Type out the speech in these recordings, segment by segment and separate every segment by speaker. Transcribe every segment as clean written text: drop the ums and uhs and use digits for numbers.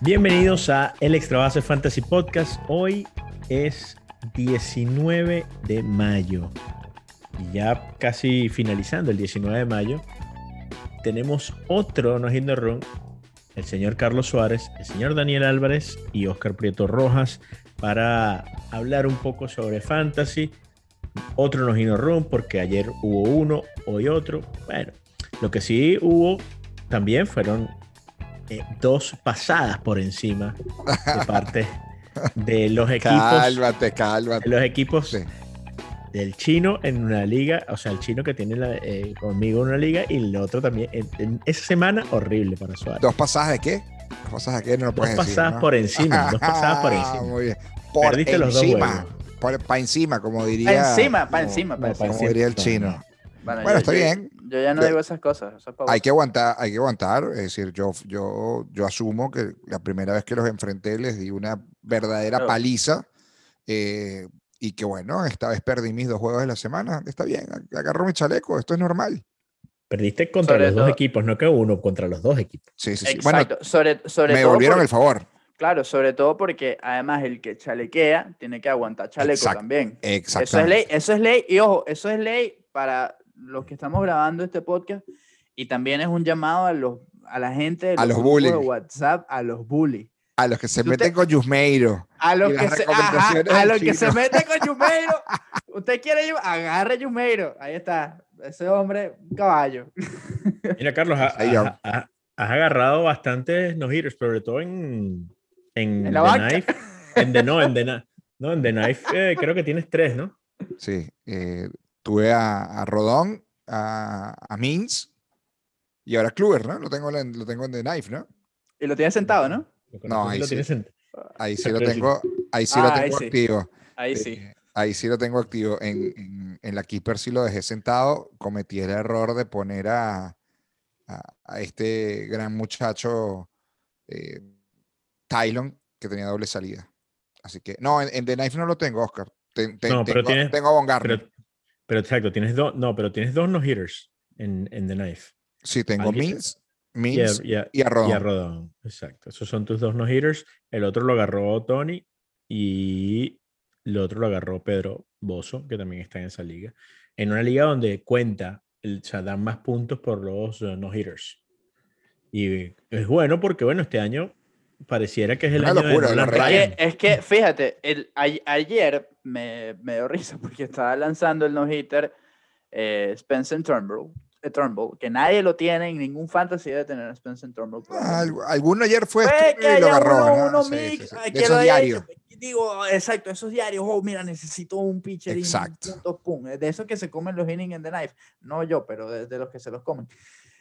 Speaker 1: Bienvenidos a El Extra Base Fantasy Podcast. Hoy es 19 de mayo y ya casi finalizando el 19 de mayo tenemos otro No Hit No Run, el señor Carlos Suárez, el señor Daniel Álvarez y Oscar Prieto Rojas para hablar un poco sobre fantasy. Otro No Hit No Run porque ayer hubo uno, hoy otro. Bueno, lo que sí hubo también fueron dos pasadas por encima de parte de los equipos.
Speaker 2: Cálmate.
Speaker 1: De los equipos
Speaker 2: Sí.
Speaker 1: del chino en una liga, o sea, el chino que tiene conmigo en una liga y el otro también. En esa semana horrible para Suárez.
Speaker 2: ¿Dos pasadas de qué? ¿Dos pasadas de qué? No lo puedes
Speaker 1: Dos
Speaker 2: decir,
Speaker 1: pasadas
Speaker 2: ¿no?
Speaker 1: por encima, dos pasadas por encima.
Speaker 2: Muy bien.
Speaker 1: Perdiste los dos
Speaker 2: encima.
Speaker 1: juegos.
Speaker 2: Para encima, como diría.
Speaker 3: Pa' encima.
Speaker 2: Como diría el chino.
Speaker 3: Bueno,
Speaker 2: Está bien.
Speaker 3: Yo ya no digo esas cosas. Eso es pa'
Speaker 2: Hay que aguantar. Es decir, yo asumo que la primera vez que los enfrenté les di una verdadera paliza. Y que bueno, esta vez perdí mis 2 juegos de la semana. Está bien, agarro mi chaleco, esto es normal.
Speaker 1: Perdiste contra los dos equipos, no que uno, contra los dos equipos.
Speaker 2: Sí.
Speaker 3: Exacto.
Speaker 2: Bueno,
Speaker 3: sobre
Speaker 2: me
Speaker 3: todo
Speaker 2: devolvieron el favor.
Speaker 3: Claro, sobre todo porque además el que chalequea tiene que aguantar chaleco también.
Speaker 2: Exactamente.
Speaker 3: Eso es ley. Y ojo, eso es ley para los que estamos grabando este podcast. Y también es un llamado a la gente de los
Speaker 2: bullies
Speaker 3: de WhatsApp, a los bullies.
Speaker 2: A los que se meten con Yusmeiro.
Speaker 3: A los que se meten con Yumeiro. Usted quiere agarre Yumeiro. Ahí está. Ese hombre, un caballo.
Speaker 1: Mira, Carlos, has agarrado bastantes no-hitters, sobre todo en
Speaker 3: la
Speaker 1: The
Speaker 3: banca.
Speaker 1: Knife. En The Knife creo que tienes 3, ¿no?
Speaker 2: Sí. Tuve a Rodón, a Mins y ahora Kluber, ¿no? Lo tengo en The Knife, ¿no?
Speaker 3: Y lo tienes sentado, ¿no?
Speaker 2: No, ahí sí. Ahí sí lo tengo activo.
Speaker 3: Ahí sí.
Speaker 2: Ahí sí lo tengo activo. En la Keeper sí lo dejé sentado. Cometí el error de poner a este gran muchacho Tylon, que tenía doble salida. Así que, no, en The Knife no lo tengo, Oscar. Tengo a Von Garner.
Speaker 1: Pero exacto, tienes dos no-hitters en The Knife.
Speaker 2: Sí, tengo Mins y a Rodón.
Speaker 1: Y a Rodón, exacto. Esos son tus dos no-hitters. El otro lo agarró Tony y el otro lo agarró Pedro Bozo, que también está en esa liga. En una liga donde cuenta, o sea, dan más puntos por los no-hitters. Y es bueno porque, bueno, este año pareciera que es el año
Speaker 2: locura,
Speaker 1: de Nolan Ryan.
Speaker 3: Es que fíjate, ayer me dio risa porque estaba lanzando el no-hitter Spencer Turnbull, que nadie lo tiene, en ningún fantasy debe tener a Spencer Turnbull.
Speaker 2: Alguno ayer fue
Speaker 3: que
Speaker 2: y lo agarró,
Speaker 3: uno
Speaker 2: sí.
Speaker 3: De
Speaker 2: esos diarios.
Speaker 3: Digo, exacto, esos diarios. Oh, mira, necesito un pitcher.
Speaker 2: Exacto.
Speaker 3: De esos que se comen los innings en The Knife. No yo, pero de los que se los comen.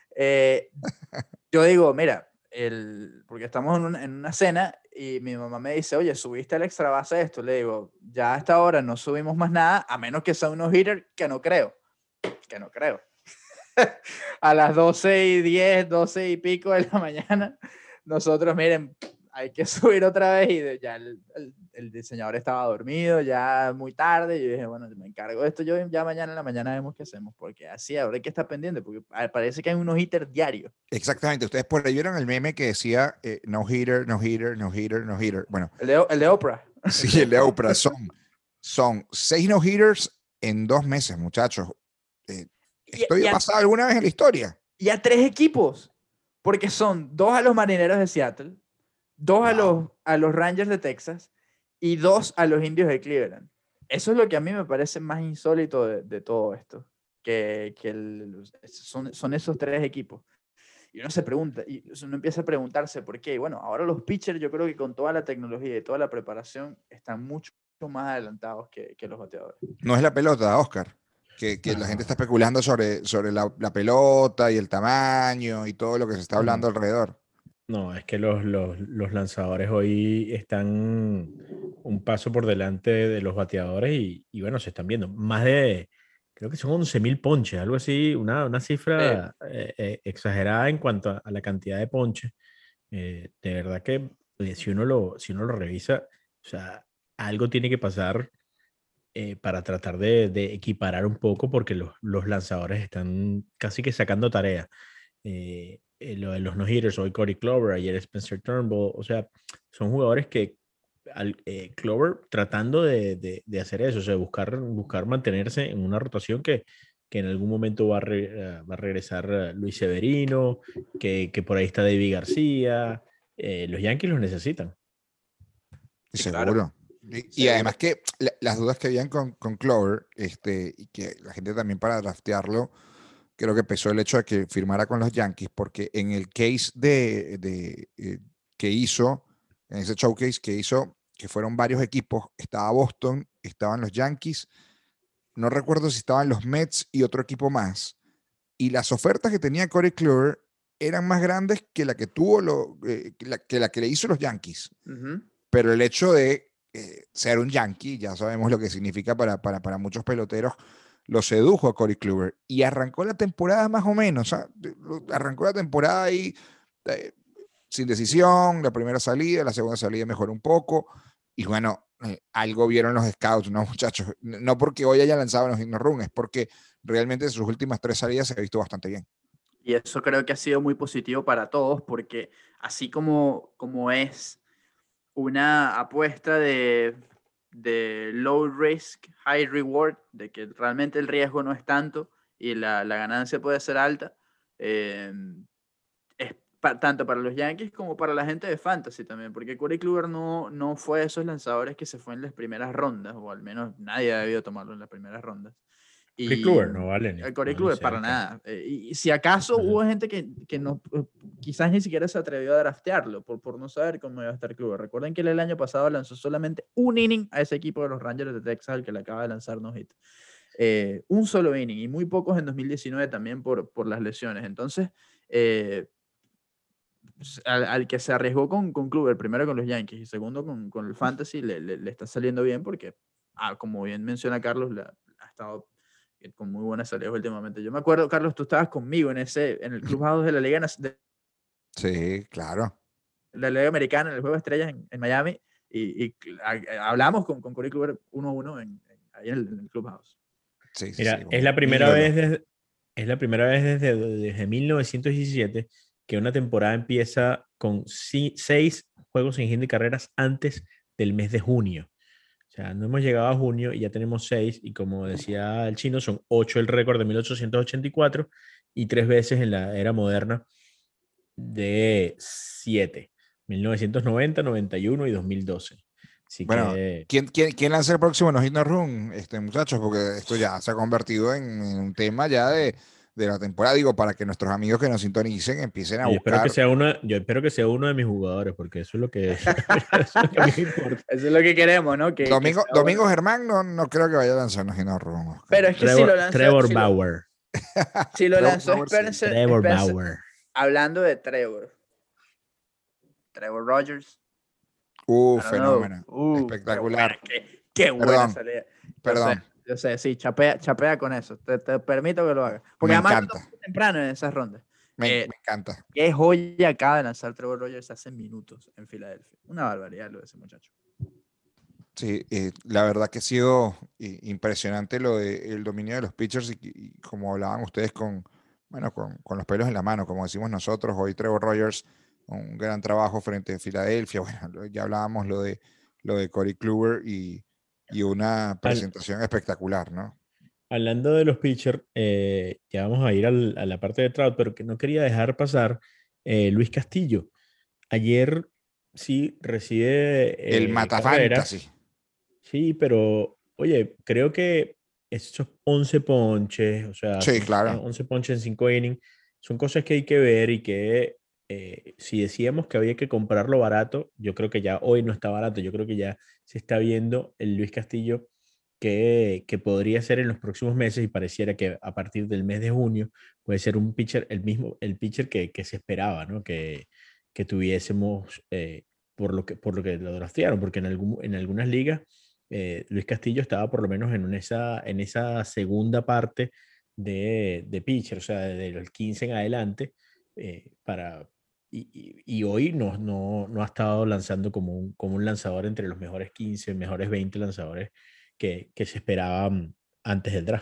Speaker 3: Yo digo, mira, porque estamos en una cena y mi mamá me dice, oye, ¿subiste el extra base de esto? Le digo, ya hasta ahora no subimos más nada, a menos que sea unos hitters que no creo. A las 12:10, 12 y pico de la mañana, nosotros, miren, hay que subir otra vez y ya el diseñador estaba dormido, ya muy tarde, y yo dije, bueno, me encargo de esto, yo ya mañana en la mañana vemos qué hacemos, porque así ahora hay que estar pendiente, porque parece que hay unos hitters diarios.
Speaker 2: Exactamente, ustedes por ahí vieron el meme que decía no hitter. Bueno,
Speaker 3: el de Oprah.
Speaker 2: Sí, el de Oprah. Son 6 no hitters en 2 meses, muchachos. ¿Estoy pasado alguna vez en la historia?
Speaker 3: Y a 3 equipos, porque son 2 a los Marineros de Seattle, 2 a los Rangers de Texas y 2 a los Indios de Cleveland. Eso es lo que a mí me parece más insólito de todo esto, son esos 3 equipos. Y uno se pregunta, y uno empieza a preguntarse por qué. Bueno, ahora los pitchers, yo creo que con toda la tecnología y toda la preparación, están mucho más adelantados que los bateadores.
Speaker 2: No es la pelota, Oscar. Que la gente está especulando sobre la pelota y el tamaño y todo lo que se está hablando alrededor.
Speaker 1: No, es que los lanzadores hoy están un paso por delante de los bateadores y bueno, se están viendo. Más de, creo que son 11,000 ponches, algo así, una cifra exagerada en cuanto a la cantidad de ponches. De verdad que si uno lo revisa, o sea, algo tiene que pasar para tratar de equiparar un poco porque los lanzadores están casi que sacando tarea. lo de los no-hitters, hoy Corey Kluber, ayer Spencer Turnbull, o sea, son jugadores que Kluber tratando de hacer eso, o sea, buscar mantenerse en una rotación que en algún momento va a regresar Luis Severino, que por ahí está David García, los Yankees los necesitan.
Speaker 2: Sí,
Speaker 3: claro.
Speaker 2: seguro. Y además que las dudas que habían con Clover, y que la gente también para draftearlo, creo que pesó el hecho de que firmara con los Yankees, porque en el case que hizo, en ese showcase que hizo, que fueron varios equipos, estaba Boston, estaban los Yankees, no recuerdo si estaban los Mets y otro equipo más, y las ofertas que tenía Corey Kluber eran más grandes que la que tuvo que la que le hizo los Yankees. Pero el hecho de ser un Yankee, ya sabemos lo que significa para muchos peloteros, lo sedujo a Corey Kluber y arrancó la temporada más o menos, arrancó la temporada ahí sin decisión, la primera salida, la segunda salida mejoró un poco y bueno, algo vieron los scouts, ¿no, muchachos? No porque hoy haya lanzado los hit run, es porque realmente en sus últimas 3 salidas se ha visto bastante bien.
Speaker 3: Y eso creo que ha sido muy positivo para todos porque así como es una apuesta de low risk, high reward, de que realmente el riesgo no es tanto y la ganancia puede ser alta, es tanto para los Yankees como para la gente de Fantasy también, porque Corey Kluber no fue de esos lanzadores que se fue en las primeras rondas, o al menos nadie ha debido tomarlo en las primeras rondas.
Speaker 1: Corey Kluber no vale ni.
Speaker 3: El Corey
Speaker 1: No,
Speaker 3: Kluber para nada. Y si acaso hubo gente que no, quizás ni siquiera se atrevió a draftearlo por no saber cómo iba a estar Kluber. Recuerden que el año pasado lanzó solamente un inning a ese equipo de los Rangers de Texas, al que le acaba de lanzar no hit. Un solo inning y muy pocos en 2019 también por las lesiones. Entonces, al que se arriesgó con Kluber, primero con los Yankees y segundo con el Fantasy, le está saliendo bien porque, como bien menciona Carlos, ha estado con muy buenas salidas últimamente. Yo me acuerdo, Carlos, tú estabas conmigo en el Clubhouse de la Liga,
Speaker 2: Sí, claro.
Speaker 3: la Liga Americana, en el Juego de Estrellas en Miami, y hablamos con Corey Kluber 1-1 ahí en el Clubhouse.
Speaker 2: Sí,
Speaker 1: Mira,
Speaker 2: sí,
Speaker 1: es la primera vez desde 1917 que una temporada empieza con 6 juegos sin hit de carreras antes del mes de junio. O sea, no hemos llegado a junio y ya tenemos 6, y como decía el chino, son 8 el récord de 1884 y 3 veces en la era moderna de 7, 1990, 91 y 2012. Así
Speaker 2: Bueno,
Speaker 1: que...
Speaker 2: ¿quién lanza el próximo No Hit No Run, muchachos? Porque esto ya se ha convertido en un tema ya de la temporada. Digo, para que nuestros amigos que nos sintonicen empiecen a
Speaker 1: Yo espero
Speaker 2: buscar.
Speaker 1: yo espero que sea uno de mis jugadores, porque eso es lo que, eso es lo que a mí me importa.
Speaker 3: Eso es lo que queremos, ¿no?
Speaker 2: Domingo Germán no creo que vaya a lanzar No Hit No Run, Oscar.
Speaker 3: Pero es que si lo lanzó...
Speaker 1: Trevor Bauer.
Speaker 3: Si lo lanzó
Speaker 1: Trevor Bauer.
Speaker 3: Hablando de Trevor Rogers.
Speaker 2: Fenómeno. Espectacular.
Speaker 3: Qué buena salida.
Speaker 2: Perdón.
Speaker 3: Yo sé, sí, chapea con eso. Te permito que lo hagas. Porque
Speaker 2: Me
Speaker 3: además
Speaker 2: encanta.
Speaker 3: temprano en esas rondas.
Speaker 2: Me encanta.
Speaker 3: Qué joya acaba de lanzar Trevor Rogers hace minutos en Filadelfia. Una barbaridad lo de ese muchacho.
Speaker 2: Sí, la verdad que ha sido impresionante el dominio de los pitchers y como hablaban ustedes con los pelos en la mano, como decimos nosotros, hoy Trevor Rogers, un gran trabajo frente a Filadelfia. Bueno, ya hablábamos lo de Corey Kluber y una presentación espectacular, ¿no?
Speaker 1: Hablando de los pitchers, ya vamos a ir a la parte de Trout, pero que no quería dejar pasar Luis Castillo. Ayer sí recibe
Speaker 2: El
Speaker 1: carreras.
Speaker 2: Matafantasy.
Speaker 1: Sí, pero oye, creo que esos 11 ponches, o sea,
Speaker 2: Sí, claro.
Speaker 1: 11 ponches en 5 innings, son cosas que hay que ver y que si decíamos que había que comprarlo barato, yo creo que ya hoy no está barato, yo creo que ya se está viendo el Luis Castillo que podría ser en los próximos meses y pareciera que a partir del mes de junio puede ser un pitcher, el pitcher que se esperaba, ¿no? Que tuviésemos por lo que lo draftearon, porque en algunas ligas Luis Castillo estaba por lo menos en esa segunda parte de pitcher, o sea, de los 15 en adelante, y hoy no ha estado lanzando como un lanzador entre los mejores 15, mejores 20 lanzadores que se esperaban antes del draft.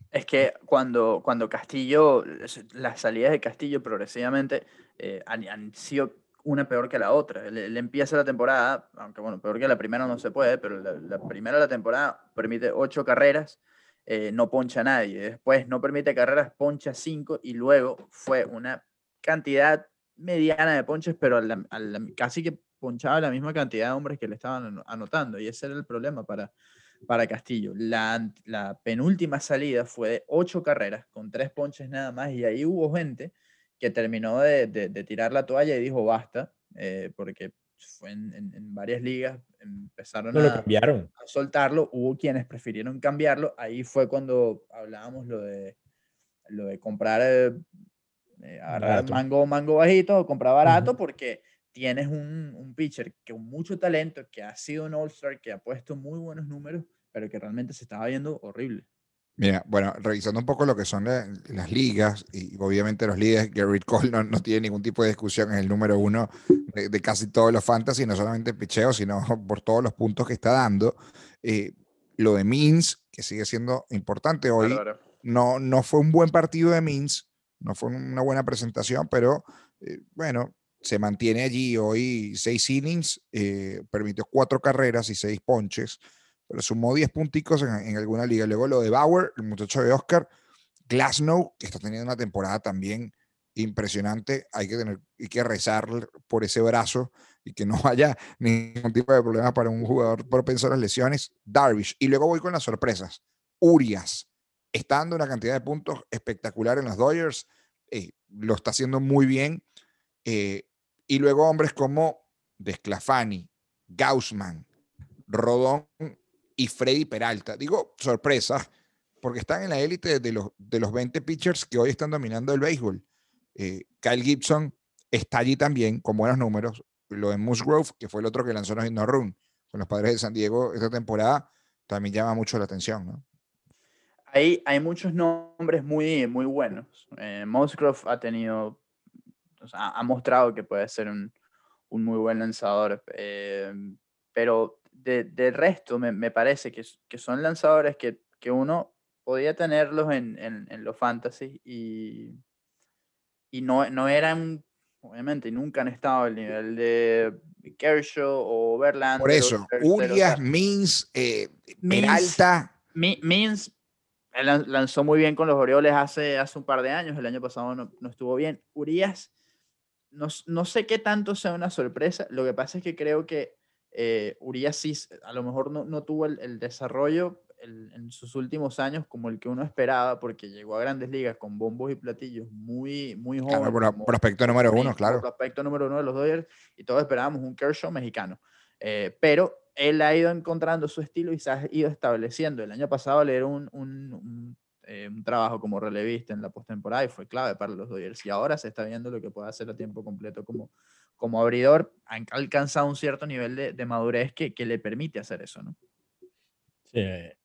Speaker 3: Es que cuando Castillo, las salidas de Castillo progresivamente han sido una peor que la otra. Él empieza la temporada, aunque bueno, peor que la primera no se puede, pero la primera de la temporada permite 8 carreras, no poncha a nadie. Después no permite carreras, poncha 5 y luego fue una cantidad mediana de ponches, pero casi que ponchaba la misma cantidad de hombres que le estaban anotando. Y ese era el problema para Castillo. La penúltima salida fue de 8 carreras con 3 ponches nada más y ahí hubo gente que terminó de tirar la toalla y dijo basta, porque fue en varias ligas, empezaron
Speaker 1: No lo cambiaron.
Speaker 3: a soltarlo, hubo quienes prefirieron cambiarlo, ahí fue cuando hablábamos lo de comprar, agarrar mango bajito o comprar barato, porque tienes un pitcher con mucho talento, que ha sido un All-Star, que ha puesto muy buenos números, pero que realmente se estaba viendo horrible.
Speaker 2: Mira, bueno, revisando un poco lo que son las ligas, y obviamente los líderes, Gerrit Cole no tiene ningún tipo de discusión, es el número 1 de casi todos los fantasy, no solamente en picheo, sino por todos los puntos que está dando. Lo de Means, que sigue siendo importante hoy, no fue un buen partido de Means, no fue una buena presentación, pero bueno, se mantiene allí hoy 6 innings, permitió 4 carreras y 6 ponches, pero sumó 10 punticos en alguna liga. Luego lo de Bauer, el muchacho de Oscar, Glasnow, que está teniendo una temporada también impresionante. Hay que rezar por ese brazo y que no haya ningún tipo de problema para un jugador propenso a las lesiones. Darvish. Y luego voy con las sorpresas. Urias está dando una cantidad de puntos espectacular en los Dodgers. Lo está haciendo muy bien. Y luego hombres como Desclafani, Gaussman, Rodón y Freddy Peralta. Digo, sorpresa, porque están en la élite de los 20 pitchers que hoy están dominando el béisbol. Kyle Gibson está allí también con buenos números. Lo de Musgrove, que fue el otro que lanzó no run con los Padres de San Diego esta temporada, también llama mucho la atención, ¿no?
Speaker 3: Hay muchos nombres muy, muy buenos. Musgrove ha mostrado que puede ser un muy buen lanzador, pero de resto me parece que son lanzadores que uno podía tenerlos en los fantasy y no eran, obviamente, y nunca han estado al nivel de Kershaw o Verlander.
Speaker 2: Por eso, Urias, Means, Peralta.
Speaker 3: Means lanzó muy bien con los Orioles hace un par de años, el año pasado no estuvo bien. Urias, no sé qué tanto sea una sorpresa, lo que pasa es que creo que Urias sí, a lo mejor no tuvo el desarrollo en sus últimos años como el que uno esperaba, porque llegó a Grandes Ligas con bombos y platillos muy, muy joven.
Speaker 2: Claro, prospecto número 1, claro.
Speaker 3: Prospecto número 1 de los Dodgers, y todos esperábamos un Kershaw mexicano. Pero él ha ido encontrando su estilo y se ha ido estableciendo. El año pasado le dieron un trabajo como relevista en la postemporada y fue clave para los Dodgers. Y ahora se está viendo lo que puede hacer a tiempo completo como abridor. Han alcanzado un cierto nivel de madurez que le permite hacer eso, ¿no?
Speaker 1: Sí.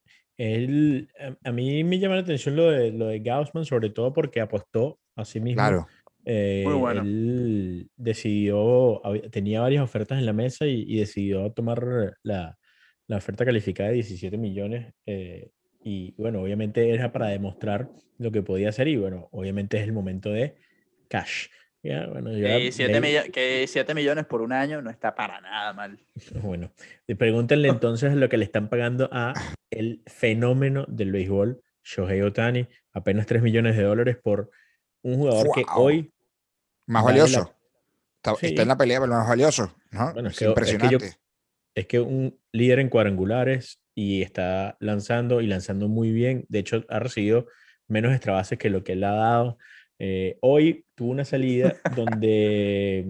Speaker 1: A mí me llama la atención lo de Gaussman, sobre todo porque apostó a sí mismo.
Speaker 2: Claro.
Speaker 3: Muy bueno.
Speaker 1: Él tenía varias ofertas en la mesa y decidió tomar la oferta calificada de 17 millones. Y bueno, obviamente era para demostrar lo que podía hacer y bueno, obviamente es el momento de cash. Ya, bueno,
Speaker 3: que 7 millones por un año no está para nada mal.
Speaker 1: Bueno, pregúntenle entonces lo que le están pagando a el fenómeno del béisbol, Shohei Ohtani, apenas $3 millones por un jugador que hoy...
Speaker 2: Más valioso. Está en la pelea por lo más valioso, ¿no?
Speaker 1: Bueno,
Speaker 2: es impresionante.
Speaker 1: Es que un líder en cuadrangulares y está lanzando y lanzando muy bien. De hecho, ha recibido menos extra bases que lo que él ha dado. Hoy tuvo una salida donde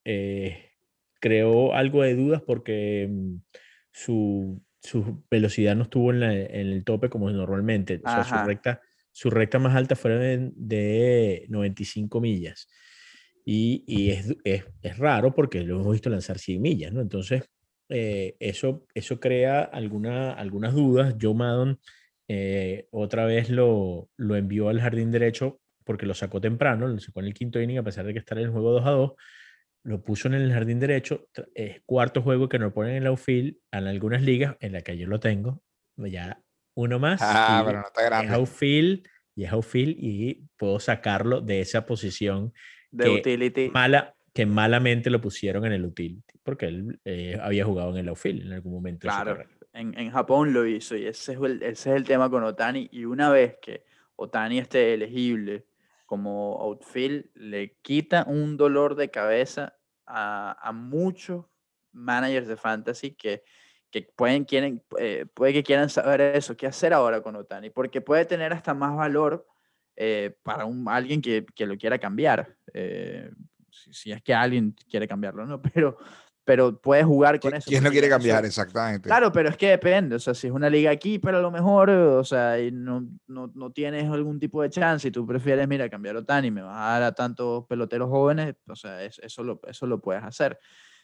Speaker 1: creó algo de dudas porque su velocidad no estuvo en el tope como normalmente. O sea, su recta más alta fue de 95 millas. Y es raro porque lo hemos visto lanzar 100 millas, ¿no? Entonces, eso crea algunas dudas. Joe Maddon otra vez lo envió al jardín derecho porque lo sacó temprano, lo sacó en el quinto inning a pesar de que está en el juego 2-2. Lo puso en el jardín derecho. Es cuarto juego que nos ponen en el outfield en algunas ligas, en la que yo lo tengo. Ya uno más
Speaker 2: pero no está grande.
Speaker 1: es outfield y puedo sacarlo de esa posición
Speaker 3: De utility.
Speaker 1: que malamente lo pusieron en el utility, porque él había jugado en el outfield en algún momento de su
Speaker 3: Claro,
Speaker 1: carrera.
Speaker 3: en Japón lo hizo y ese es el tema con Otani. Y una vez que Otani esté elegible como outfield, le quita un dolor de cabeza a muchos managers de fantasy que puede que quieran saber eso, qué hacer ahora con Otani, porque puede tener hasta más valor para alguien que lo quiera cambiar. Si es que alguien quiere cambiarlo, ¿no? Pero puedes jugar con eso.
Speaker 2: ¿Quién no
Speaker 3: porque
Speaker 2: quiere
Speaker 3: ya
Speaker 2: cambiar?
Speaker 3: eso,
Speaker 2: Exactamente.
Speaker 3: claro, pero es que depende, o sea, si es una liga aquí, pero a lo mejor, o sea, y no tienes algún tipo de chance y tú prefieres, mira, cambiar Otani, me vas a dar a tantos peloteros jóvenes, o sea, eso lo puedes hacer.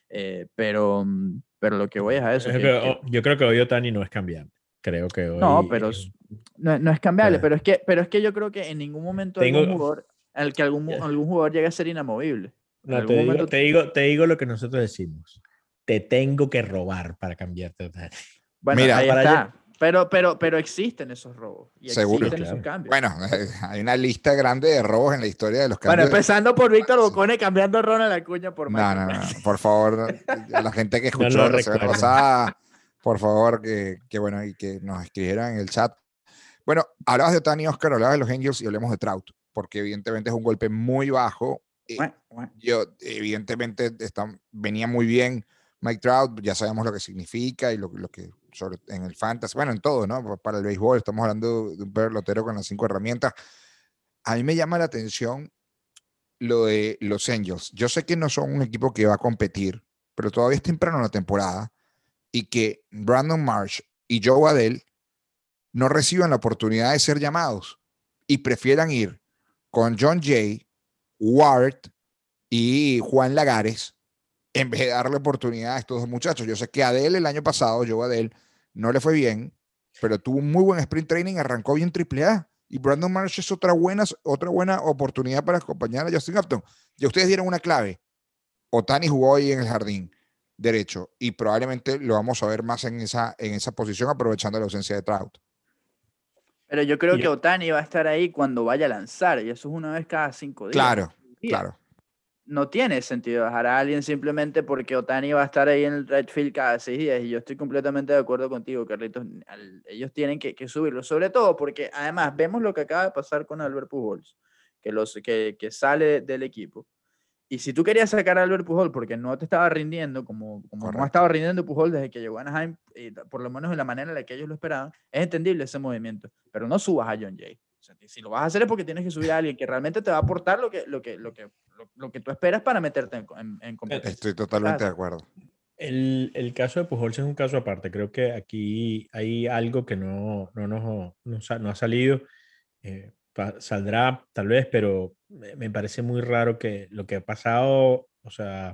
Speaker 3: Pero lo que voy es a eso,
Speaker 1: Yo creo que hoy Otani no es cambiable. Creo que
Speaker 3: no,
Speaker 1: hoy...
Speaker 3: pero no es cambiable, pero es que yo creo que en ningún momento algún
Speaker 1: tengo...
Speaker 3: jugador, el que algún jugador llegue a ser inamovible. En
Speaker 1: No,
Speaker 3: algún momento,
Speaker 1: te digo lo que nosotros decimos. Te tengo que robar para cambiarte a Otani.
Speaker 3: bueno,
Speaker 2: Mira,
Speaker 3: ahí
Speaker 1: Para
Speaker 3: está. Pero existen esos robos y
Speaker 2: seguro.
Speaker 1: Sí,
Speaker 3: existen esos
Speaker 1: claro.
Speaker 3: cambios.
Speaker 2: Bueno, hay una lista grande de robos en la historia de los
Speaker 3: Bueno,
Speaker 2: cambios.
Speaker 3: empezando por Víctor Bocone cambiando a Ronald Acuña por
Speaker 2: No,
Speaker 3: Michael
Speaker 2: no,
Speaker 3: Brandt.
Speaker 2: no, por favor, a la gente que
Speaker 1: No
Speaker 2: escuchó
Speaker 1: lo
Speaker 2: la semana
Speaker 1: recuerdo.
Speaker 2: pasada, por favor, que bueno, y que nos escribieran en el chat. Bueno, hablabas de Otani, Oscar, hablabas de los Angels y hablemos de Trout, porque evidentemente es un golpe muy bajo. Evidentemente venía muy bien Mike Trout, ya sabemos lo que significa y lo que en el fantasy, bueno, en todo, ¿no? Para el béisbol, estamos hablando de un pelotero con las 5 herramientas. A mí me llama la atención lo de los Angels. Yo sé que no son un equipo que va a competir, pero todavía es temprano en la temporada y que Brandon Marsh y Joe Adell no reciban la oportunidad de ser llamados y prefieran ir con John Jay, Ward y Juan Lagares en vez de darle oportunidad a estos dos muchachos. Yo sé que Adell el año pasado, Joe Adell, no le fue bien, pero tuvo un muy buen sprint training, arrancó bien AAA. Y Brandon Marsh es otra buena oportunidad para acompañar a Justin Upton. Ya ustedes dieron una clave. Otani jugó ahí en el jardín derecho y probablemente lo vamos a ver más en esa posición aprovechando la ausencia de Trout.
Speaker 3: Pero yo creo que Otani va a estar ahí cuando vaya a lanzar, y eso es una vez cada 5 días.
Speaker 2: Claro.
Speaker 3: No tiene sentido dejar a alguien simplemente porque Otani va a estar ahí en el right field cada 6 días, y yo estoy completamente de acuerdo contigo, Carlitos. Ellos tienen que subirlo, sobre todo porque además vemos lo que acaba de pasar con Albert Pujols, que sale del equipo. Y si tú querías sacar a Albert Pujol porque no te estaba rindiendo, como no ha estado rindiendo Pujol desde que llegó a Anaheim, por lo menos de la manera en la que ellos lo esperaban, es entendible ese movimiento, pero no subas a John Jay. O sea, si lo vas a hacer es porque tienes que subir a alguien que realmente te va a aportar lo que tú esperas para meterte en competencia.
Speaker 2: Estoy totalmente de acuerdo.
Speaker 1: El caso de Pujols es un caso aparte. Creo que aquí hay algo que no ha salido. Saldrá tal vez, pero me parece muy raro que lo que ha pasado, o sea,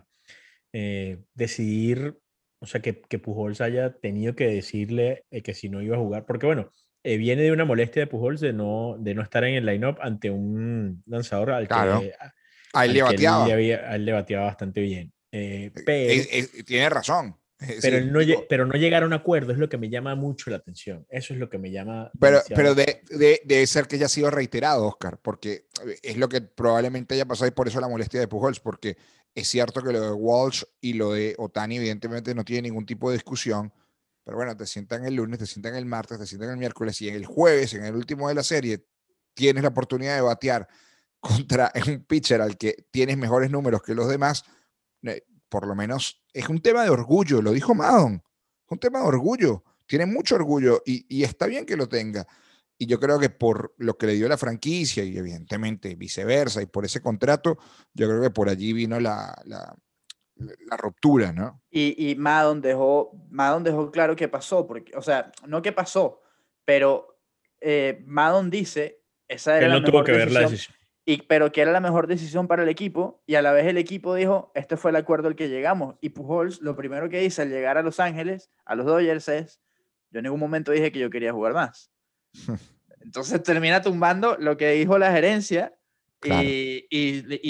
Speaker 1: decidir, o sea, que Pujols haya tenido que decirle que si no iba a jugar, porque bueno, viene de una molestia de Pujols de no estar en el line-up ante un lanzador al que
Speaker 2: a él le
Speaker 1: bateaba bastante bien. Pero
Speaker 2: tiene razón.
Speaker 1: Pero no llegar a un acuerdo es lo que me llama mucho la atención. Eso es lo que me llama.
Speaker 2: Pero debe ser que haya sido reiterado, Oscar, porque es lo que probablemente haya pasado y por eso la molestia de Pujols, porque es cierto que lo de Walsh y lo de Otani evidentemente no tiene ningún tipo de discusión, pero bueno, te sientan el lunes, te sientan el martes, te sientan el miércoles y en el jueves, en el último de la serie, tienes la oportunidad de batear contra un pitcher al que tienes mejores números que los demás. Por lo menos es un tema de orgullo, lo dijo Maddon, es un tema de orgullo, tiene mucho orgullo y está bien que lo tenga. Y yo creo que por lo que le dio la franquicia y evidentemente viceversa y por ese contrato, yo creo que por allí vino la ruptura, ¿no?
Speaker 3: Y Maddon dejó claro qué pasó, porque, o sea, no qué pasó, pero Maddon dice, esa era
Speaker 1: él
Speaker 3: la
Speaker 1: no tuvo
Speaker 3: mejor
Speaker 1: que ver la
Speaker 3: decisión.
Speaker 1: decisión.
Speaker 3: Pero que era la mejor decisión para el equipo, y a la vez el equipo dijo, este fue el acuerdo al que llegamos. Y Pujols, lo primero que dice al llegar a Los Ángeles, a los Dodgers, es, yo en ningún momento dije que yo quería jugar más. Entonces termina tumbando lo que dijo la gerencia,
Speaker 2: Claro.
Speaker 3: y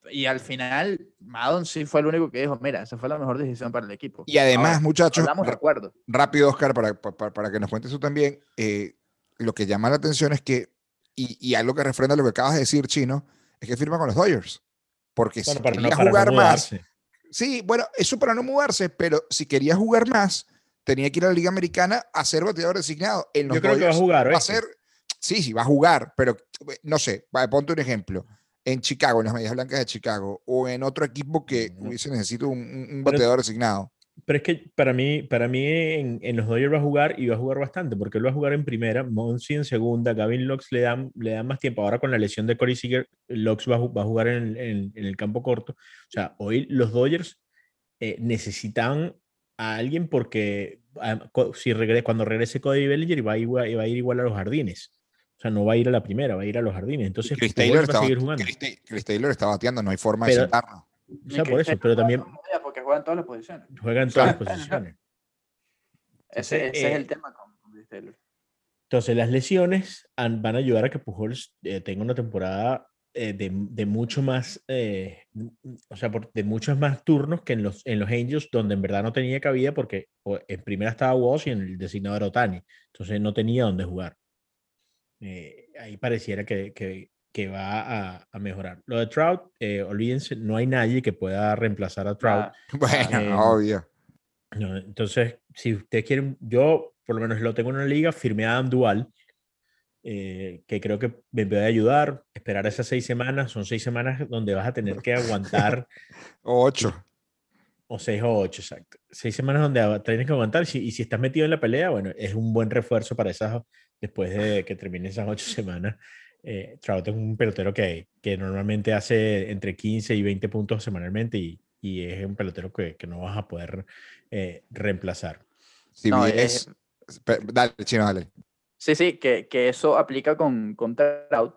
Speaker 3: Y al final, Maddon sí fue el único que dijo, mira, esa fue la mejor decisión para el equipo.
Speaker 2: Y además,
Speaker 3: Ahora,
Speaker 2: muchachos,
Speaker 3: estamos de acuerdo.
Speaker 2: rápido, Oscar, para que nos cuentes tú también, lo que llama la atención es que, y algo que refrenda lo que acabas de decir, Chino, es que firma con los Dodgers. Porque
Speaker 1: Bueno,
Speaker 2: si
Speaker 1: para
Speaker 2: quería
Speaker 1: no
Speaker 2: jugar más,
Speaker 1: mudarse.
Speaker 2: sí, bueno, eso para no mudarse, pero si quería jugar más, tenía que ir a la Liga Americana a ser bateador designado. En los
Speaker 1: Yo creo que va a
Speaker 2: Dodgers
Speaker 1: jugar,
Speaker 2: va a
Speaker 1: ¿oíste?
Speaker 2: ser, sí, va a jugar, pero no sé, ponte un ejemplo. En Chicago, en las Medias Blancas de Chicago, o en otro equipo que
Speaker 1: No.
Speaker 2: hubiese necesito un
Speaker 1: Pero,
Speaker 2: bateador designado.
Speaker 1: pero es que para mí en los Dodgers va a jugar y va a jugar bastante, porque él va a jugar en primera, Monsi en segunda, Gavin Lux le dan más tiempo. Ahora con la lesión de Corey Seager, Lux va a jugar en el campo corto. O sea, hoy los Dodgers necesitan a alguien porque cuando regrese Cody Bellinger va a ir igual a los Jardines. O sea, no va a ir a la primera, va a ir a los Jardines.
Speaker 2: Y
Speaker 1: Entonces,
Speaker 2: Chris Taylor
Speaker 1: Pujols va a seguir jugando.
Speaker 2: Chris Taylor está bateando, no hay forma de
Speaker 1: Pero,
Speaker 2: sentarlo.
Speaker 1: o sea, por eso, pero también
Speaker 3: Porque juega en todas las posiciones.
Speaker 1: juega en todas las posiciones.
Speaker 3: Ese es el tema con Chris Taylor.
Speaker 1: Entonces, las lesiones van a ayudar a que Pujols tenga una temporada de mucho más, o sea, de muchos más turnos que en los Angels, donde en verdad no tenía cabida porque en primera estaba Walsh y en el designado era Ohtani. Entonces, no tenía dónde jugar. Ahí pareciera que va a mejorar. Lo de Trout, olvídense, no hay nadie que pueda reemplazar a Trout.
Speaker 2: Bueno, obvio.
Speaker 1: No, entonces, si ustedes quieren, yo por lo menos lo tengo en una liga, firmé a Adam Duval, que creo que me puede ayudar. Esperar esas 6 semanas, son 6 semanas donde vas a tener que aguantar.
Speaker 2: 8.
Speaker 1: O 6 o 8, exacto. 6 semanas donde tienes que aguantar. Y si estás metido en la pelea, bueno, es un buen refuerzo para esas, después de que termine esas 8 semanas. Trout es un pelotero que normalmente hace entre 15 y 20 puntos semanalmente y es un pelotero que no vas a poder reemplazar.
Speaker 2: Si
Speaker 3: No,
Speaker 2: vienes, dale, Chino, dale.
Speaker 3: Sí, que eso aplica con Trout.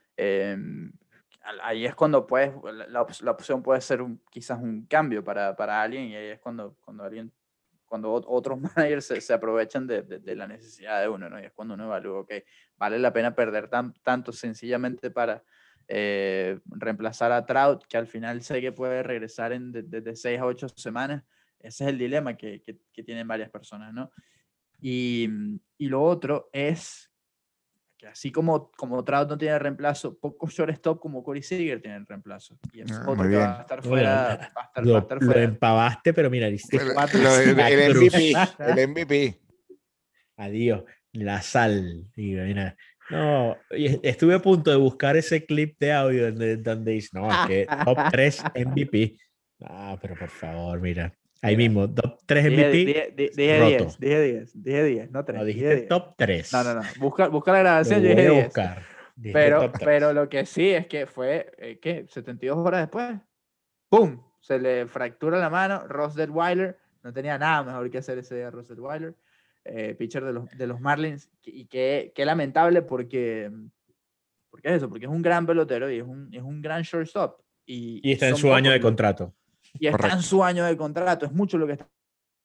Speaker 3: Ahí es cuando la opción puede ser quizás un cambio para alguien, y ahí es cuando otros managers se aprovechan de la necesidad de uno, ¿no? Y es cuando uno evalúa, que vale la pena perder tanto sencillamente para reemplazar a Trout, que al final sé que puede regresar de 6 a 8 semanas. Ese es el dilema que tienen varias personas, ¿no? Y lo otro es que así como Trout no tiene reemplazo, pocos shortstop como Corey Seager tienen reemplazo. Y es otro
Speaker 2: muy
Speaker 3: que
Speaker 2: bien.
Speaker 3: va a estar fuera.
Speaker 1: Lo empavaste, pero mira,
Speaker 2: El MVP, el MVP.
Speaker 1: Adiós, la sal. Digo, mira. No, estuve a punto de buscar ese clip de audio donde dice, no, es que top 3 MVP. Ah, pero por favor, mira. Ahí mismo, top 3 MVP.
Speaker 3: Dije 10, no 3.
Speaker 1: No, dijiste top 3.
Speaker 3: No. Busca la grabación,
Speaker 1: yo
Speaker 3: dije
Speaker 1: voy a
Speaker 3: 10.
Speaker 1: buscar.
Speaker 3: Pero lo que sí es que fue, ¿qué? 72 horas después, ¡pum! Se le fractura la mano. Ross Detwiler, no tenía nada mejor que hacer ese día. Ross Detwiler, pitcher de los Marlins, y qué lamentable porque es eso, porque es un gran pelotero y es un gran shortstop.
Speaker 1: Y está en su año de contrato.
Speaker 3: Y está en su año de contrato. Es mucho lo que está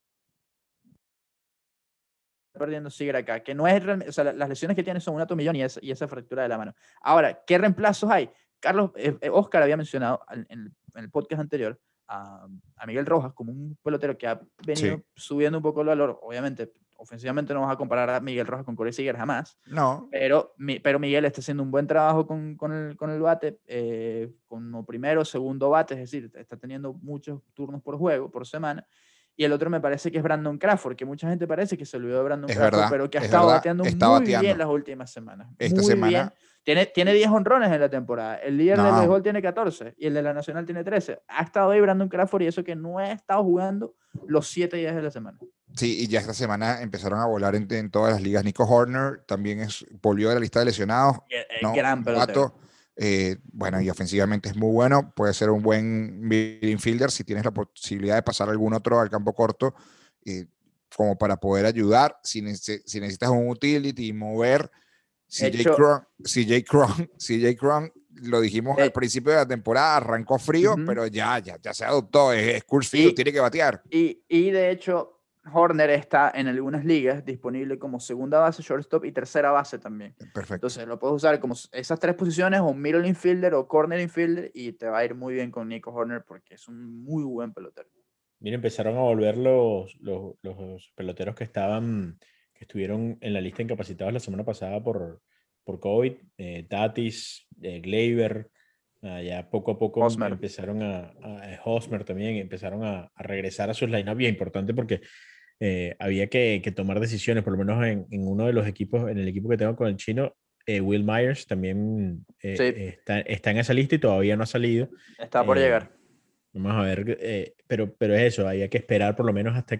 Speaker 3: perdiendo Seager acá, que no es realmente, o sea, las lesiones que tiene son un atomillón y esa fractura de la mano. Ahora, ¿qué reemplazos hay? Carlos, Oscar había mencionado en el podcast anterior a Miguel Rojas como un pelotero que ha venido subiendo un poco el valor. Obviamente, ofensivamente no vas a comparar a Miguel Rojas con Corey Seager jamás.
Speaker 2: No.
Speaker 3: Pero Miguel está haciendo un buen trabajo con el bate, como primero, segundo bate, es decir, está teniendo muchos turnos por juego, por semana. Y el otro me parece que es Brandon Crawford, que mucha gente parece que se olvidó de Brandon Crawford,
Speaker 2: verdad,
Speaker 3: pero que ha estado bateando muy bien las últimas semanas.
Speaker 2: Esta semana.
Speaker 3: Bien. Tiene 10 honrones en la temporada. El líder del béisbol tiene 14 y el de la Nacional tiene 13. Ha estado ahí Brandon Crawford, y eso que no ha estado jugando los 7 días de la semana.
Speaker 2: Sí, y ya esta semana empezaron a volar en todas las ligas. Nico Horner también volvió de la lista de lesionados.
Speaker 3: Gran pelotero.
Speaker 2: Bueno, y ofensivamente es muy bueno. Puede ser un buen infielder si tienes la posibilidad de pasar algún otro al campo corto, como para poder ayudar. Si necesitas un utility y mover. CJ Cron, lo dijimos al principio de la temporada, arrancó frío, pero ya se adoptó. Es Coors Field, tiene que batear.
Speaker 3: Y de hecho, Horner está en algunas ligas disponible como segunda base, shortstop y tercera base también.
Speaker 2: Perfecto.
Speaker 3: Entonces lo puedes usar como esas tres posiciones, o middle infielder o corner infielder, y te va a ir muy bien con Nico Horner porque es un muy buen pelotero.
Speaker 1: Mira, empezaron a volver los peloteros que estuvieron en la lista incapacitados la semana pasada por COVID. Tatis, Gleyber, ya poco a poco
Speaker 3: Hosmer.
Speaker 1: empezaron Hosmer también, empezaron a regresar a sus lineups. Bien importante porque había que tomar decisiones, por lo menos en uno de los equipos, en el equipo que tengo con el chino, Will Myers también
Speaker 3: Sí.
Speaker 1: está en esa lista y todavía no ha salido.
Speaker 3: Está por llegar.
Speaker 1: Vamos a ver, pero es eso, había que esperar por lo menos hasta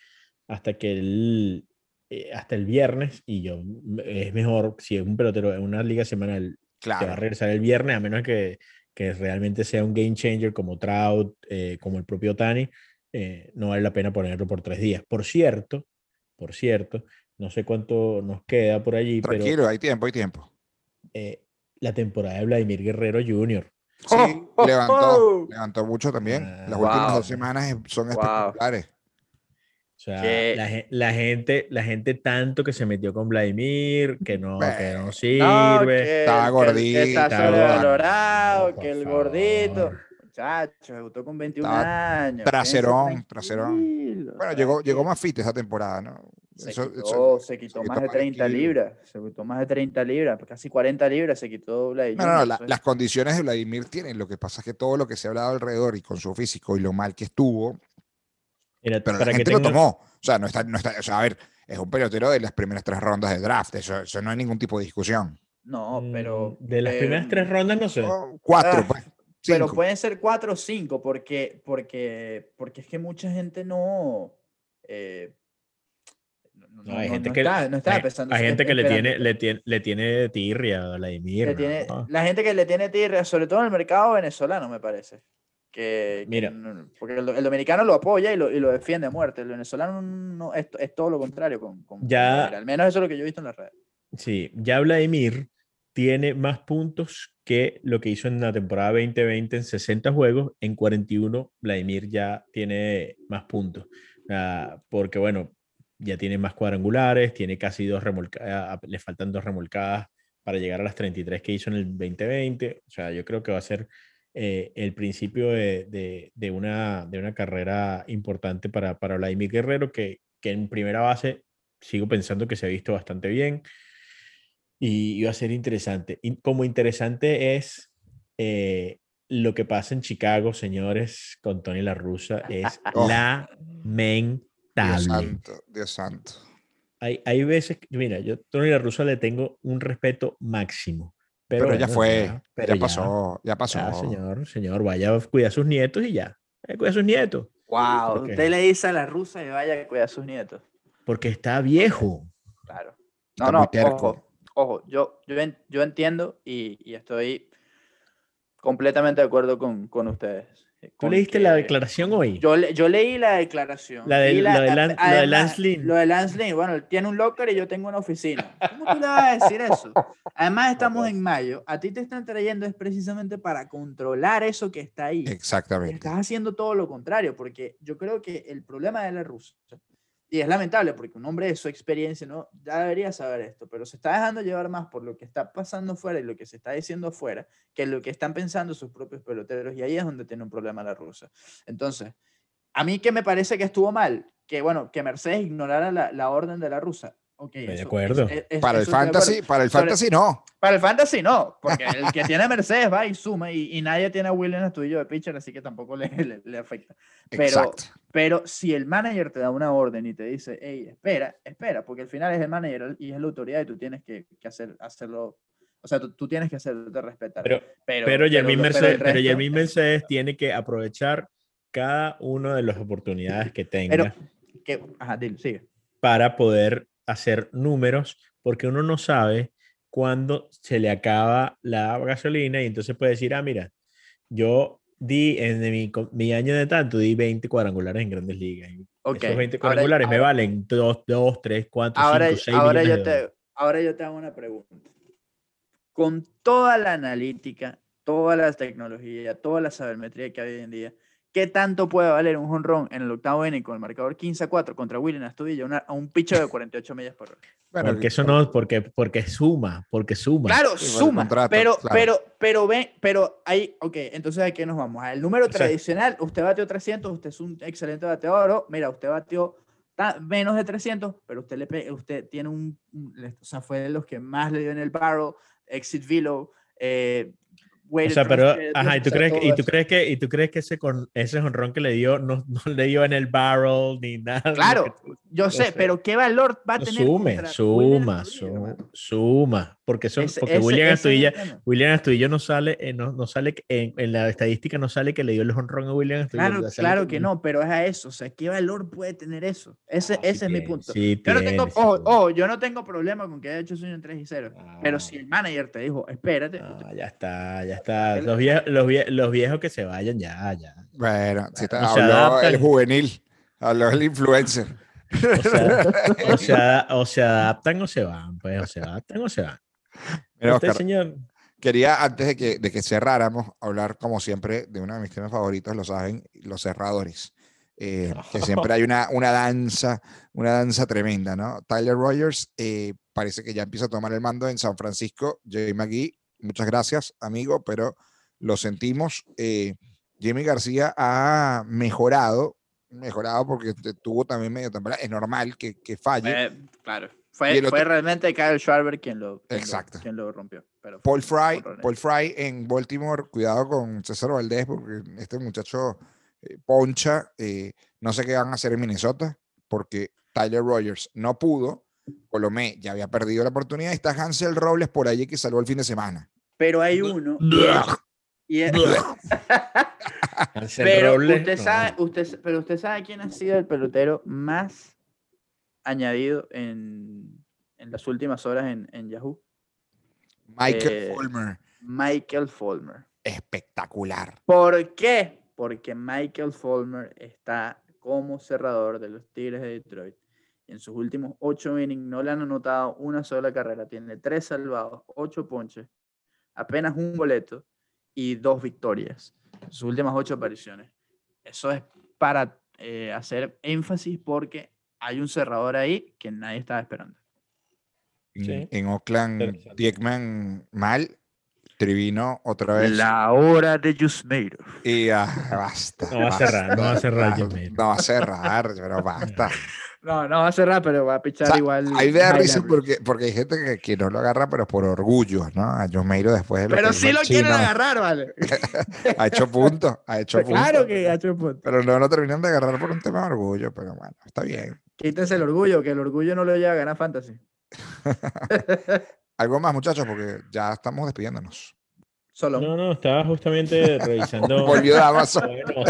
Speaker 1: el viernes, y es mejor si es un pelotero en una liga semanal,
Speaker 2: Claro.
Speaker 1: te va a regresar el viernes, a menos que realmente sea un game changer como Trout, como el propio Ohtani, no vale la pena ponerlo por 3 días. Por cierto, no sé cuánto nos queda por allí,
Speaker 2: Tranquilo,
Speaker 1: pero
Speaker 2: hay tiempo.
Speaker 1: La temporada de Vladimir Guerrero Jr.
Speaker 2: Sí, levantó mucho también. Las últimas 2 semanas son espectaculares.
Speaker 1: O sea, la gente tanto que se metió con Vladimir, que no sirve.
Speaker 2: Estaba gordito.
Speaker 3: Está sobrevalorado,
Speaker 1: No,
Speaker 3: que el
Speaker 1: favor.
Speaker 3: gordito. Muchacho, debutó con 21 años.
Speaker 2: Traserón.
Speaker 3: Tranquilo,
Speaker 2: Bueno, llegó más fit esa temporada, ¿no?
Speaker 3: Se quitó más de 30 libras. Se quitó más de 30 libras, casi 40 libras se quitó Vladimir.
Speaker 2: No, las condiciones de Vladimir tienen. Lo que pasa es que todo lo que se ha hablado alrededor y con su físico y lo mal que estuvo, pero la gente lo tomó. O sea, no está, o sea, a ver, es un pelotero de las primeras 3 rondas de draft. Eso no hay ningún tipo de discusión.
Speaker 3: No, pero...
Speaker 1: De las primeras 3 rondas, no sé.
Speaker 2: 4, pues. 5.
Speaker 3: Pero pueden ser 4 o 5, porque es que mucha gente no...
Speaker 1: No, hay gente que le tiene tirria a Vladimir.
Speaker 3: La gente que le tiene tirria, sobre todo en el mercado venezolano, me parece. Porque el dominicano lo apoya y lo defiende a muerte. El venezolano no, es todo lo contrario con Vladimir. Al menos eso es lo que yo he visto en las redes.
Speaker 1: Sí, ya Vladimir tiene más puntos que lo que hizo en la temporada 2020 en 60 juegos. En 41 Vladimir ya tiene más puntos. Porque bueno, ya tiene más cuadrangulares, tiene casi 2 remolcadas, le faltan 2 remolcadas para llegar a las 33 que hizo en el 2020. O sea, yo creo que va a ser el principio de una carrera importante para Vladimir Guerrero, que en primera base sigo pensando que se ha visto bastante bien y va a ser interesante. Y como interesante es lo que pasa en Chicago, señores, con Tony La Russa, es lamentable.
Speaker 2: Dios santo.
Speaker 1: Hay veces, mira, yo a Tony La Russa le tengo un respeto máximo. Pero
Speaker 2: bueno, ya fue,
Speaker 1: ya
Speaker 2: pasó.
Speaker 1: Ya, señor, vaya a cuidar a sus nietos y ya. Cuida a sus nietos.
Speaker 3: Wow, usted le dice a La Russa que vaya a cuidar a sus nietos.
Speaker 1: Porque está viejo.
Speaker 3: Claro.
Speaker 2: Está muy terco.
Speaker 3: Ojo, yo entiendo y estoy completamente de acuerdo con ustedes.
Speaker 1: ¿Tú leíste la declaración hoy?
Speaker 3: Yo leí la declaración.
Speaker 1: Lo de Lance Lynn.
Speaker 3: Lo de Lance Lynn. Bueno, él tiene un locker y yo tengo una oficina. ¿Cómo tú le vas a decir eso? Además, estamos en mayo. A ti te están trayendo es precisamente para controlar eso que está ahí.
Speaker 2: Exactamente.
Speaker 3: Y estás haciendo todo lo contrario, porque yo creo que el problema de La Russa, y es lamentable porque un hombre de su experiencia no ya debería saber esto, pero se está dejando llevar más por lo que está pasando afuera y lo que se está diciendo afuera que lo que están pensando sus propios peloteros, y ahí es donde tiene un problema La Russa. Entonces, a mí que me parece que estuvo mal, que bueno, que Mercedes ignorara la orden de La Russa. Okay,
Speaker 1: de acuerdo.
Speaker 2: Para el fantasy no.
Speaker 3: Para el fantasy no, porque el que tiene Mercedes va y suma y nadie tiene a Williams Astudillo de pitcher, así que tampoco le afecta. Pero si el manager te da una orden y te dice, hey, espera, porque al final es el manager y es la autoridad y tú tienes que hacerlo, o sea, tú tienes que hacerte respetar.
Speaker 1: Pero Yermin Mercedes tiene que aprovechar cada una de las oportunidades que tenga.
Speaker 3: Sigue.
Speaker 1: Para poder hacer números, porque uno no sabe cuándo se le acaba la gasolina y entonces puede decir, mira, yo di en mi año de tanto, di 20 cuadrangulares en Grandes Ligas. Esos 20 cuadrangulares me valen 2, 3, 4, 5, 6 millones de dólares.
Speaker 3: Ahora yo te hago una pregunta. Con toda la analítica, toda la tecnología, toda la sabermetría que hay hoy en día, ¿Qué tanto puede valer un jonrón en el octavo inning con el marcador 15-4 contra William Astudillo a un picho de 48 millas por hora?
Speaker 2: Bueno,
Speaker 1: Porque eso no, porque suma, porque suma.
Speaker 3: Claro,
Speaker 2: sí, por el
Speaker 3: suma,
Speaker 2: contrato, claro.
Speaker 3: pero ahí, ok, entonces ¿a qué nos vamos? Al número
Speaker 1: O sea,
Speaker 3: tradicional, usted bateó 300, usted es un excelente bateador, mira, usted bateó menos de 300, pero usted tiene o sea, fue de los que más le dio en el barrel, exit velo,
Speaker 1: o
Speaker 3: weighted
Speaker 1: sea, pero,
Speaker 3: runs,
Speaker 1: ajá,
Speaker 3: o sea, todo eso.
Speaker 1: y tú crees que ese jonrón que le dio no le dio en el barrel ni nada.
Speaker 3: Claro, yo
Speaker 1: no
Speaker 3: sé,
Speaker 1: sé.
Speaker 3: pero ¿qué valor va a
Speaker 1: No,
Speaker 3: tener contra William Astudillo, hermano?
Speaker 1: suma, porque
Speaker 3: Ese
Speaker 1: William
Speaker 3: es el
Speaker 1: Astudillo,
Speaker 3: tema.
Speaker 1: no sale, no sale en la estadística, no sale que le dio el jonrón a William Astudillo.
Speaker 3: Claro, claro que no, pero es a eso. O sea, ¿qué valor puede tener eso? Ese es mi punto.
Speaker 1: Sí
Speaker 3: Yo no tengo,
Speaker 1: tiene, sí tiene.
Speaker 3: yo no tengo problema con que haya hecho sueño en 3-0. Pero si el manager te dijo, espérate.
Speaker 1: Ya está, ya está. Los viejos que se vayan, ya.
Speaker 2: Bueno, si
Speaker 1: No se
Speaker 2: habló el
Speaker 1: adaptan.
Speaker 2: juvenil, habló el influencer.
Speaker 1: O se adaptan o se van, pues, o se adaptan o se van.
Speaker 2: Mira,
Speaker 1: Usted,
Speaker 2: Oscar,
Speaker 1: señor.
Speaker 2: quería antes de que cerráramos, hablar como siempre de uno de mis temas favoritos, lo saben, los cerradores. Que siempre hay una danza tremenda, ¿no? Tyler Rogers parece que ya empieza a tomar el mando en San Francisco. Jay McGee, muchas gracias, amigo, pero lo sentimos. Jimmy García ha mejorado porque tuvo también medio temporada. Es normal que falle.
Speaker 3: Claro.
Speaker 2: Y
Speaker 3: Fue realmente Kyle Schwarber quien
Speaker 2: Exacto.
Speaker 3: lo rompió. Pero
Speaker 2: Paul Fry en Baltimore, cuidado con César Valdés, porque este muchacho poncha. No sé qué van a hacer en Minnesota, porque Tyler Rogers no pudo. Colomé ya había perdido la oportunidad. Está Hansel Robles por allí que salvó el fin de semana.
Speaker 3: Pero hay uno.
Speaker 1: Hansel
Speaker 3: Pero
Speaker 1: Robles,
Speaker 3: usted sabe quién ha sido el pelotero más añadido en las últimas horas en Yahoo. Michael Fulmer.
Speaker 2: Espectacular.
Speaker 3: ¿Por qué? Porque Michael Fulmer está como cerrador de los Tigres de Detroit. En sus últimos 8 innings no le han anotado una sola carrera. Tiene 3 salvados, 8 ponches, apenas un boleto y 2 victorias. En sus últimas 8 apariciones. Eso es para hacer énfasis porque hay un cerrador ahí que nadie estaba esperando.
Speaker 1: Sí.
Speaker 2: En Oakland, Diekman mal. Trivino otra vez.
Speaker 3: La hora de Yusmeiro.
Speaker 2: Y basta.
Speaker 1: No va a cerrar, no va a cerrar.
Speaker 2: No va a cerrar, pero basta.
Speaker 3: No va a cerrar, pero va a pichar, o sea, igual.
Speaker 2: Ahí me da risa porque hay gente que no lo agarra, pero por orgullo, ¿no? A Yusmeiro después de lo
Speaker 3: pero
Speaker 2: que
Speaker 3: sí lo quieren agarrar, vale.
Speaker 2: Ha hecho puntos,
Speaker 3: Claro que ha hecho puntos.
Speaker 2: Pero no lo terminan de agarrar por un tema de orgullo, pero bueno, está bien.
Speaker 3: Quítense el orgullo, que el orgullo no lo lleva a ganar fantasy.
Speaker 2: Algo más, muchachos, porque ya estamos despidiéndonos.
Speaker 3: Solo.
Speaker 1: No, estaba justamente revisando.
Speaker 2: Volvió Damaso.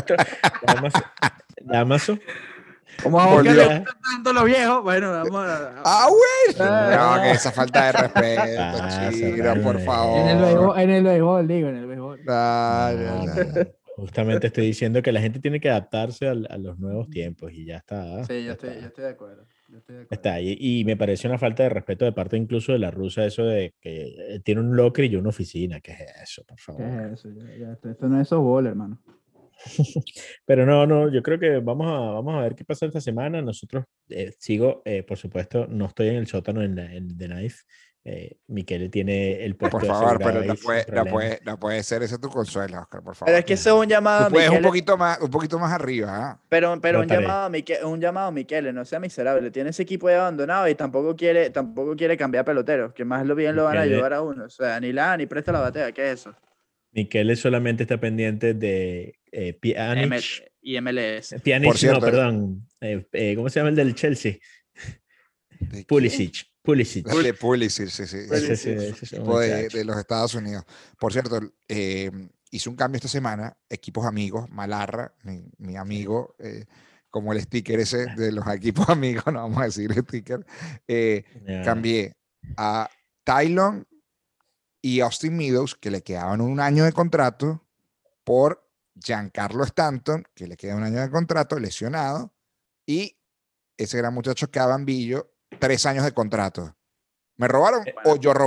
Speaker 1: Damaso.
Speaker 3: Como a vos que le gustan tanto los viejos, bueno, vamos a...
Speaker 2: bueno. No, que esa falta de respeto, Chiro, por favor.
Speaker 3: En el béisbol, digo, en el béisbol.
Speaker 2: No.
Speaker 1: Justamente estoy diciendo que la gente tiene que adaptarse a los nuevos tiempos y ya está.
Speaker 3: Sí, yo estoy de acuerdo.
Speaker 1: Está, y me parece una falta de respeto de parte incluso de la rusa, eso de que tiene un locker y yo una oficina. ¿Qué es eso, por favor?
Speaker 3: ¿Qué es eso? Esto no es softball, hermano.
Speaker 1: Pero no, yo creo que vamos a ver qué pasa esta semana. Nosotros sigo, por supuesto, no estoy en el sótano en The Knife. Miquel tiene el puesto
Speaker 2: por favor, pero no puede ser ese tu consuelo, Oscar, por favor.
Speaker 3: Pero es que ese es un llamado
Speaker 2: a Miquel. Un poquito más arriba. ¿eh?
Speaker 3: Pero un llamado a Miquel, no sea miserable. Tiene ese equipo ya abandonado y tampoco quiere cambiar peloteros, que más bien lo van a ayudar a uno. O sea, ni ni presta la batea, ¿qué es eso?
Speaker 1: Miquel solamente está pendiente de Pjanic
Speaker 3: y MLS.
Speaker 1: Pjanic, por cierto, no, perdón. ¿Cómo se llama el del Chelsea? Pulisic.
Speaker 2: Pulisic, sí. Ese equipo de los Estados Unidos. Por cierto, hice un cambio esta semana. Equipos amigos, Malarra, mi amigo, como el sticker ese de los equipos amigos, no vamos a decir sticker. Cambié a Tylon y Austin Meadows, que le quedaban un año de contrato, por Giancarlo Stanton, que le queda un año de contrato, lesionado, y ese gran muchacho Cavan Billo, 3 años de contrato. ¿Me robaron o yo robé?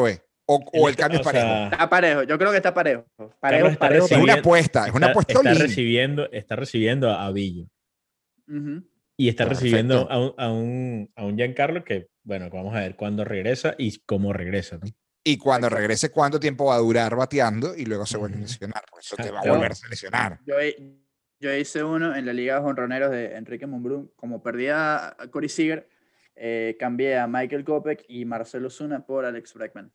Speaker 2: o el cambio es
Speaker 1: O sea,
Speaker 2: parejo.
Speaker 3: Está parejo, yo creo que está parejo.
Speaker 1: Carlos está
Speaker 3: Parejo.
Speaker 2: Es una apuesta,
Speaker 1: está
Speaker 2: all-in.
Speaker 1: recibiendo a Villo.
Speaker 3: Ujú.
Speaker 1: Y está
Speaker 2: Perfecto.
Speaker 1: recibiendo a un Giancarlo que, bueno, vamos a ver cuándo regresa y cómo regresa, ¿no?
Speaker 2: Y cuando
Speaker 3: Exacto.
Speaker 2: regrese, ¿cuánto tiempo va a durar bateando? Y luego se vuelve a
Speaker 1: Ujú.
Speaker 2: lesionar. Por eso te va a
Speaker 1: Exacto.
Speaker 2: volver a lesionar.
Speaker 3: Yo hice uno en la Liga de Jonroneros de Enrique Monbrun. Como perdía a Corey Seager, cambié a Michael Kopech y Marcelo Zuna por Alex Bregman.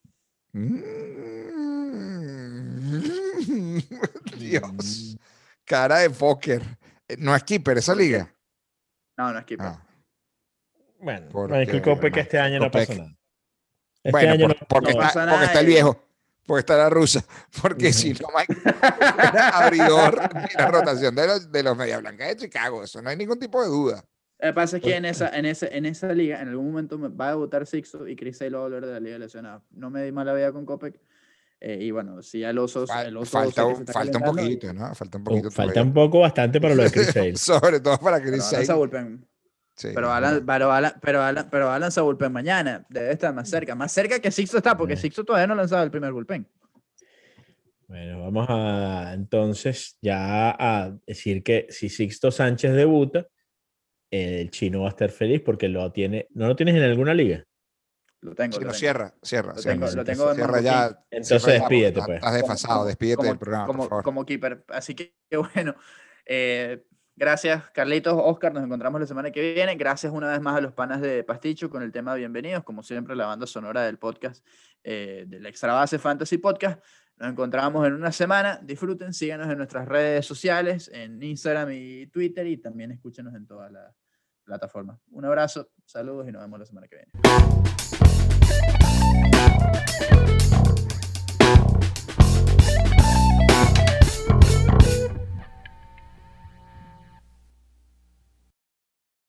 Speaker 2: Dios. Cara de póker. No es keeper esa
Speaker 3: ¿Por qué?
Speaker 2: liga.
Speaker 3: No es keeper.
Speaker 2: Ah,
Speaker 1: Bueno,
Speaker 2: porque,
Speaker 1: Michael Kopech
Speaker 2: bueno,
Speaker 1: este año no
Speaker 2: Kopech.
Speaker 1: pasa nada. Este
Speaker 2: Bueno,
Speaker 1: año
Speaker 2: porque,
Speaker 1: no-
Speaker 3: pasa
Speaker 2: está, porque
Speaker 3: nada
Speaker 2: está el
Speaker 3: y-
Speaker 2: viejo. Porque está la rusa. Porque si no, Michael era abridor de la rotación de los Media Blancas de Chicago. Eso no hay ningún tipo de duda.
Speaker 3: Lo que pasa es que en esa liga, en algún momento me va a debutar Sixto y Chris Sale va a volver de la liga lesionado. No me di mala vida con Kopech. Y bueno, sí, el oso
Speaker 2: Falta
Speaker 3: sé que se está
Speaker 2: un
Speaker 3: calentando,
Speaker 2: poquito, ¿no? Falta un poquito.
Speaker 1: falta
Speaker 2: todavía.
Speaker 1: un poco, bastante para lo de Chris Sale.
Speaker 2: Sobre todo para
Speaker 3: pero
Speaker 2: Chris
Speaker 3: Alan
Speaker 2: Sale.
Speaker 3: Zabullpen.
Speaker 2: Sí,
Speaker 3: Pero
Speaker 2: es verdad.
Speaker 3: Alan Zabullpen mañana debe estar más cerca que Sixto está, porque Sixto todavía no lanzaba el primer bullpen.
Speaker 1: Bueno, vamos a entonces ya a decir que si Sixto Sánchez debuta, el chino va a estar feliz porque ¿no lo tienes en alguna liga?
Speaker 3: Lo tengo.
Speaker 2: Sí,
Speaker 3: lo
Speaker 2: no,
Speaker 3: tengo.
Speaker 2: cierra.
Speaker 3: Lo tengo en
Speaker 2: Cierra
Speaker 3: Marroquín.
Speaker 2: ya.
Speaker 1: Entonces
Speaker 2: cierra ya,
Speaker 1: despídete,
Speaker 2: porque
Speaker 1: pues.
Speaker 2: Estás desfasado, despídete del programa, por favor.
Speaker 3: Como keeper. Así que bueno, gracias Carlitos, Oscar, nos encontramos la semana que viene. Gracias una vez más a los panas de Pasticho con el tema Bienvenidos, como siempre la banda sonora del podcast, del Extra Base Fantasy Podcast. Nos encontramos en una semana, disfruten, síganos en nuestras redes sociales, en Instagram y Twitter, y también escúchenos en todas las plataformas. Un abrazo, saludos y nos vemos la semana que viene.